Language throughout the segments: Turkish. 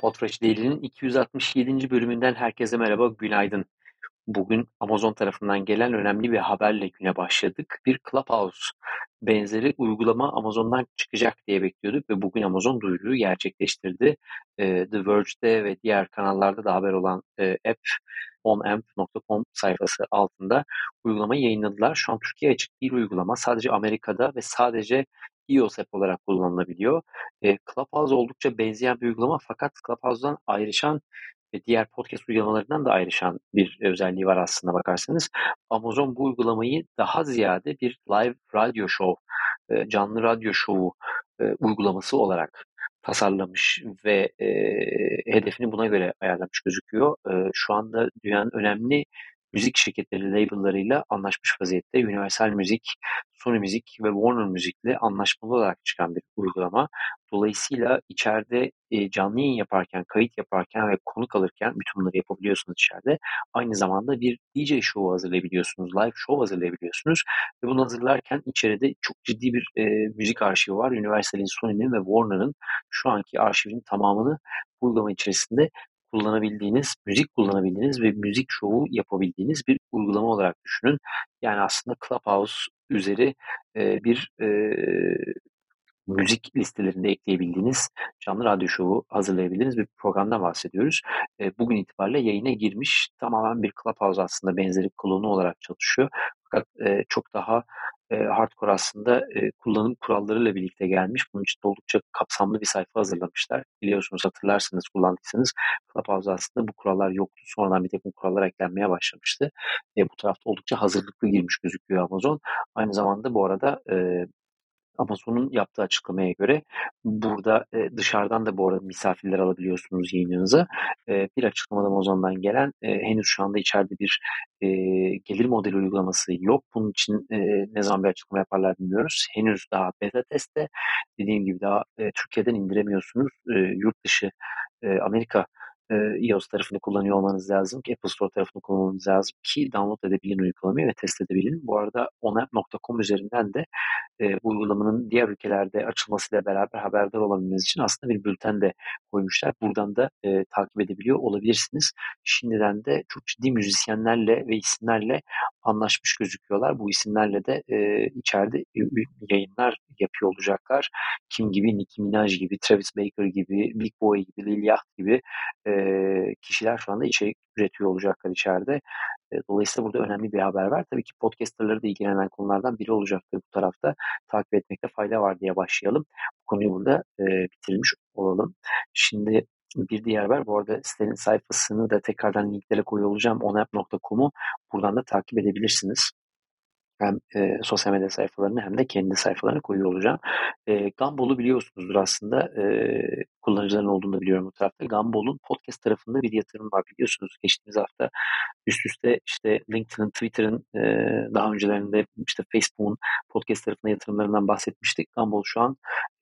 Podfresh Daily'nin 267. bölümünden herkese merhaba, günaydın. Bugün Amazon tarafından gelen önemli bir haberle güne başladık. Bir Clubhouse benzeri uygulama Amazon'dan çıkacak diye bekliyorduk ve bugün Amazon duyuruyu gerçekleştirdi. The Verge'de ve diğer kanallarda da haber olan app onamp.com sayfası altında uygulamayı yayınladılar. Şu an Türkiye açık değil uygulama. Sadece Amerika'da ve sadece iOS app olarak kullanılabiliyor. Clubhouse oldukça benzeyen bir uygulama fakat Clubhouse'dan ayrışan ve diğer podcast uygulamalarından da ayrışan bir özelliği var aslında bakarsanız. Amazon bu uygulamayı daha ziyade bir live radyo show, canlı radyo şovu uygulaması olarak tasarlamış ve hedefini buna göre ayarlamış gözüküyor. Şu anda dünyanın önemli müzik şirketleri label'larıyla anlaşmış vaziyette. Universal Müzik, Sony Müzik ve Warner Müzik'le anlaşmalı olarak çıkan bir uygulama. Dolayısıyla içeride canlı yayın yaparken, kayıt yaparken ve konuk alırken bütün bunları yapabiliyorsunuz içeride. Aynı zamanda bir DJ show hazırlayabiliyorsunuz, live show hazırlayabiliyorsunuz. Ve bunu hazırlarken içeride çok ciddi bir müzik arşivi var. Universal'in, Sony'nin ve Warner'ın şu anki arşivinin tamamını bu uygulama içerisinde kullanabildiğiniz, müzik kullanabildiğiniz ve müzik şovu yapabildiğiniz bir uygulama olarak düşünün. Yani aslında Clubhouse üzeri bir müzik listelerinde ekleyebildiğiniz, canlı radyo şovu hazırlayabildiğiniz bir programdan bahsediyoruz. Bugün itibariyle yayına girmiş. Tamamen bir Clubhouse aslında benzeri klonu olarak çalışıyor. Fakat çok daha hardcore aslında kullanım kurallarıyla birlikte gelmiş. Bunun için de oldukça kapsamlı bir sayfa hazırlamışlar. Biliyorsunuz, hatırlarsınız kullandıysanız Clubhouse aslında bu kurallar yoktu. Sonradan bir takım kurallar eklenmeye başlamıştı. Bu tarafta oldukça hazırlıklı girmiş gözüküyor Amazon. Aynı zamanda bu arada Amazon'un yaptığı açıklamaya göre burada dışarıdan da bu arada misafirler alabiliyorsunuz yayınınıza. Bir açıklamada Amazon'dan gelen henüz şu anda içeride bir gelir modeli uygulaması yok. Bunun için ne zaman bir açıklama yaparlar bilmiyoruz. Henüz daha beta testte. Dediğim gibi daha Türkiye'den indiremiyorsunuz. Yurt dışı Amerika iOS tarafını kullanıyor olmanız lazım ki Apple Store tarafını kullanmanız lazım ki download edebilin uygulamayı ve test edebilin. Bu arada onap.com üzerinden de bu uygulamanın diğer ülkelerde açılmasıyla beraber haberdar olabilmeniz için aslında bir bülten de koymuşlar. Buradan da takip edebiliyor olabilirsiniz. Şimdiden de çok ciddi müzisyenlerle ve isimlerle anlaşmış gözüküyorlar. Bu isimlerle de içeride yayınlar yapıyor olacaklar. Kim gibi? Nicki Minaj gibi, Travis Baker gibi, Big Boy gibi, Lil Yachty gibi kişiler şu anda içerik üretiyor olacaklar içeride. Dolayısıyla burada önemli bir haber var. Tabii ki podcasterları da ilgilenen konulardan biri olacaktır bu tarafta. Takip etmekte fayda var diye başlayalım. Bu konuyu burada bitirmiş olalım. Şimdi bir diğer haber, bu arada sitenin sayfasını da tekrardan linklere koyuyor olacağım. onap.com'u buradan da takip edebilirsiniz. Hem sosyal medya sayfalarını hem de kendi sayfalarını koyuyor olacağım. Gumball'u biliyorsunuzdur aslında. Kullanıcıların olduğunu da biliyorum bu tarafta. Gumball'un podcast tarafında bir yatırım var biliyorsunuz. Geçtiğimiz hafta üst üste işte LinkedIn'in, Twitter'ın, daha öncelerinde işte Facebook'un podcast tarafına yatırımlarından bahsetmiştik. Gumball şu an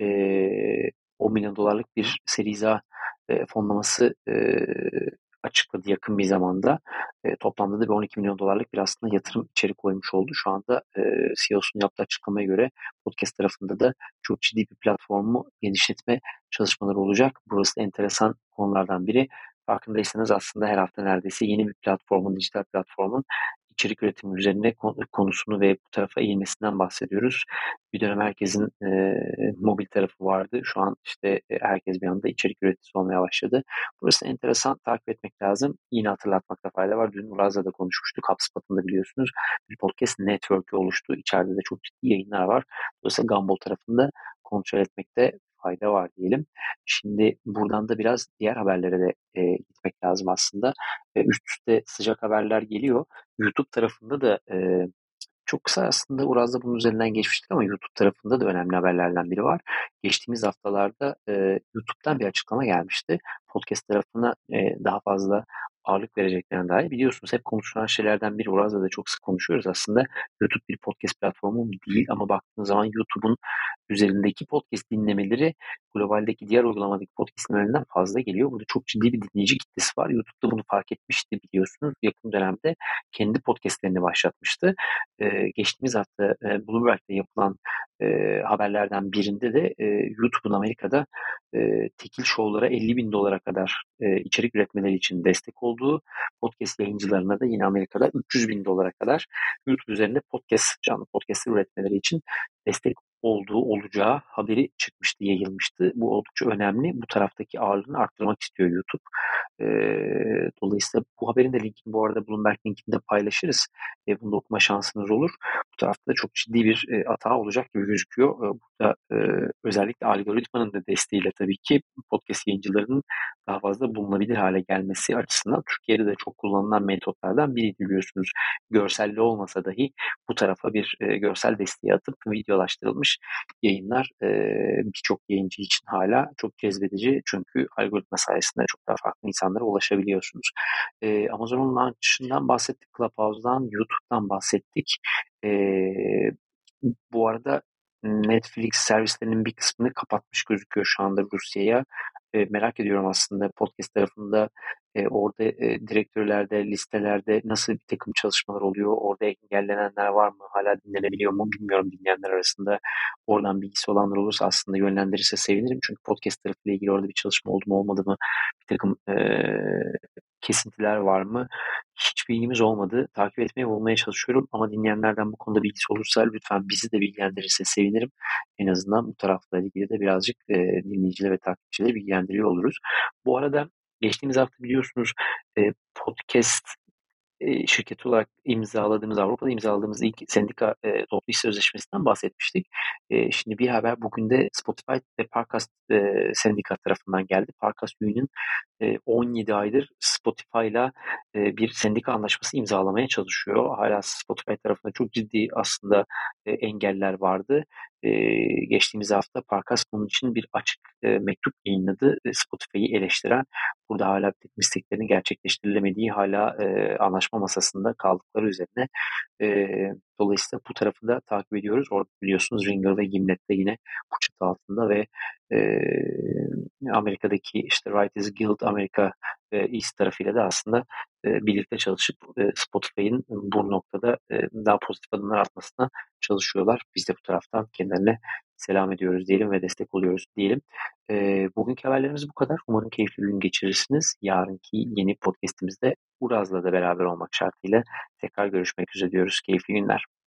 10 milyon dolarlık bir Series A fonlaması açıkladı yakın bir zamanda. Toplamda da bir 12 milyon dolarlık bir aslında yatırım içeri koymuş oldu. Şu anda CEO'sunun yaptığı açıklamaya göre podcast tarafında da çok ciddi bir platformu genişletme çalışmaları olacak. Burası da enteresan konulardan biri. Farkındaysanız aslında her hafta neredeyse yeni bir platformun, dijital platformun içerik üretimi üzerine konusunu ve bu tarafa eğilmesinden bahsediyoruz. Bir dönem herkesin mobil tarafı vardı. Şu an işte herkes bir anda içerik üreticisi olmaya başladı. Burası enteresan, takip etmek lazım. Yine hatırlatmakta fayda var. Dün Uraz'la da konuşmuştuk. HubSpot'un da biliyorsunuz bir podcast network'ü oluştu. İçeride de çok ciddi yayınlar var. Dolayısıyla Gumball tarafında kontrol etmekte fayda var diyelim. Şimdi buradan da biraz diğer haberlere de gitmek lazım aslında. Üst üste sıcak haberler geliyor. YouTube tarafında da çok kısa aslında Uraz'da bunun üzerinden geçmiştik ama YouTube tarafında da önemli haberlerden biri var. Geçtiğimiz haftalarda YouTube'dan bir açıklama gelmişti. Podcast tarafına daha fazla ağırlık vereceklerinden dair. Biliyorsunuz hep konuşulan şeylerden biri, Uraz'da da çok sık konuşuyoruz aslında. YouTube bir podcast platformu değil ama baktığınız zaman YouTube'un üzerindeki podcast dinlemeleri globaldeki diğer uygulamadaki podcast dinlemelerinden fazla geliyor. Burada çok ciddi bir dinleyici kitlesi var. YouTube'da bunu fark etmişti biliyorsunuz. Yakın dönemde kendi podcastlerini başlatmıştı. Geçtiğimiz hafta Bloomberg'de yapılan haberlerden birinde de YouTube'un Amerika'da tekil şovlara $50.000'a kadar içerik üretmeleri için destek olduğu, podcast yayıncılarına da yine Amerika'da $300.000'a kadar YouTube üzerinde canlı podcast'ler üretmeleri için destek olacağı haberi çıkmıştı, yayılmıştı. Bu oldukça önemli. Bu taraftaki ağırlığını arttırmak istiyor YouTube. Dolayısıyla bu haberin de linkini bu arada Bloomberg linkini de paylaşırız. Bunu da okuma şansınız olur. Bu tarafta da çok ciddi bir hata olacak gibi gözüküyor. Burada özellikle algoritmanın da desteğiyle tabii ki podcast yayıncılarının daha fazla bulunabilir hale gelmesi açısından Türkiye'de de çok kullanılan metotlardan biriydi biliyorsunuz. Görselli olmasa dahi bu tarafa bir görsel desteği atıp videolaştırılmış yayınlar birçok yayıncı için hala çok cezbedici. Çünkü algoritma sayesinde çok daha farklı insanlara ulaşabiliyorsunuz. Amazon'un launch'ından bahsettik, Clubhouse'dan, YouTube'dan bahsettik. Bu arada Netflix servislerinin bir kısmını kapatmış gözüküyor şu anda Rusya'ya. Merak ediyorum aslında podcast tarafında orada direktörlerde, listelerde nasıl bir takım çalışmalar oluyor? Orada engellenenler var mı? Hala dinlenebiliyor mu? Bilmiyorum, dinleyenler arasında oradan bilgisi olanlar olursa aslında yönlendirirse sevinirim. Çünkü podcast tarafıyla ilgili orada bir çalışma oldu mu olmadı mı? Bir takım kesintiler var mı? Hiç bilgimiz olmadı. Takip etmeye bulmaya çalışıyorum ama dinleyenlerden bu konuda bilgisi olursa lütfen bizi de bilgilendirirse sevinirim. En azından bu tarafla ilgili de birazcık dinleyicileri ve takipçileri bilgilendiriyor oluruz. Bu arada geçtiğimiz hafta biliyorsunuz podcast şirketi olarak Avrupa'da imzaladığımız ilk sendika toplu iş sözleşmesinden bahsetmiştik. Şimdi bir haber bugün de Spotify ve Parcast sendika tarafından geldi. Parcast Union 17 aydır Spotify'la bir sendika anlaşması imzalamaya çalışıyor. Hala Spotify tarafında çok ciddi aslında engeller vardı. Geçtiğimiz hafta Parcast bunun için bir açık mektup yayınladı. Spotify'ı eleştiren, burada hala bir takım isteklerin gerçekleştirilemediği, hala anlaşma masasında kaldıkları üzerine. Dolayısıyla bu tarafı da takip ediyoruz. Orada biliyorsunuz Ringer ve Gimlet de yine bu çatı altında ve Amerika'daki işte Writers Guild Amerika East tarafıyla da aslında birlikte çalışıp Spotify'ın bu noktada daha pozitif adımlar atmasına çalışıyorlar. Biz de bu taraftan kendilerine selam ediyoruz diyelim ve destek oluyoruz diyelim. Bugünkü haberlerimiz bu kadar. Umarım keyifli bir gün geçirirsiniz. Yarınki yeni podcast'imizde Uraz'la da beraber olmak şartıyla tekrar görüşmek üzere diyoruz. Keyifli günler.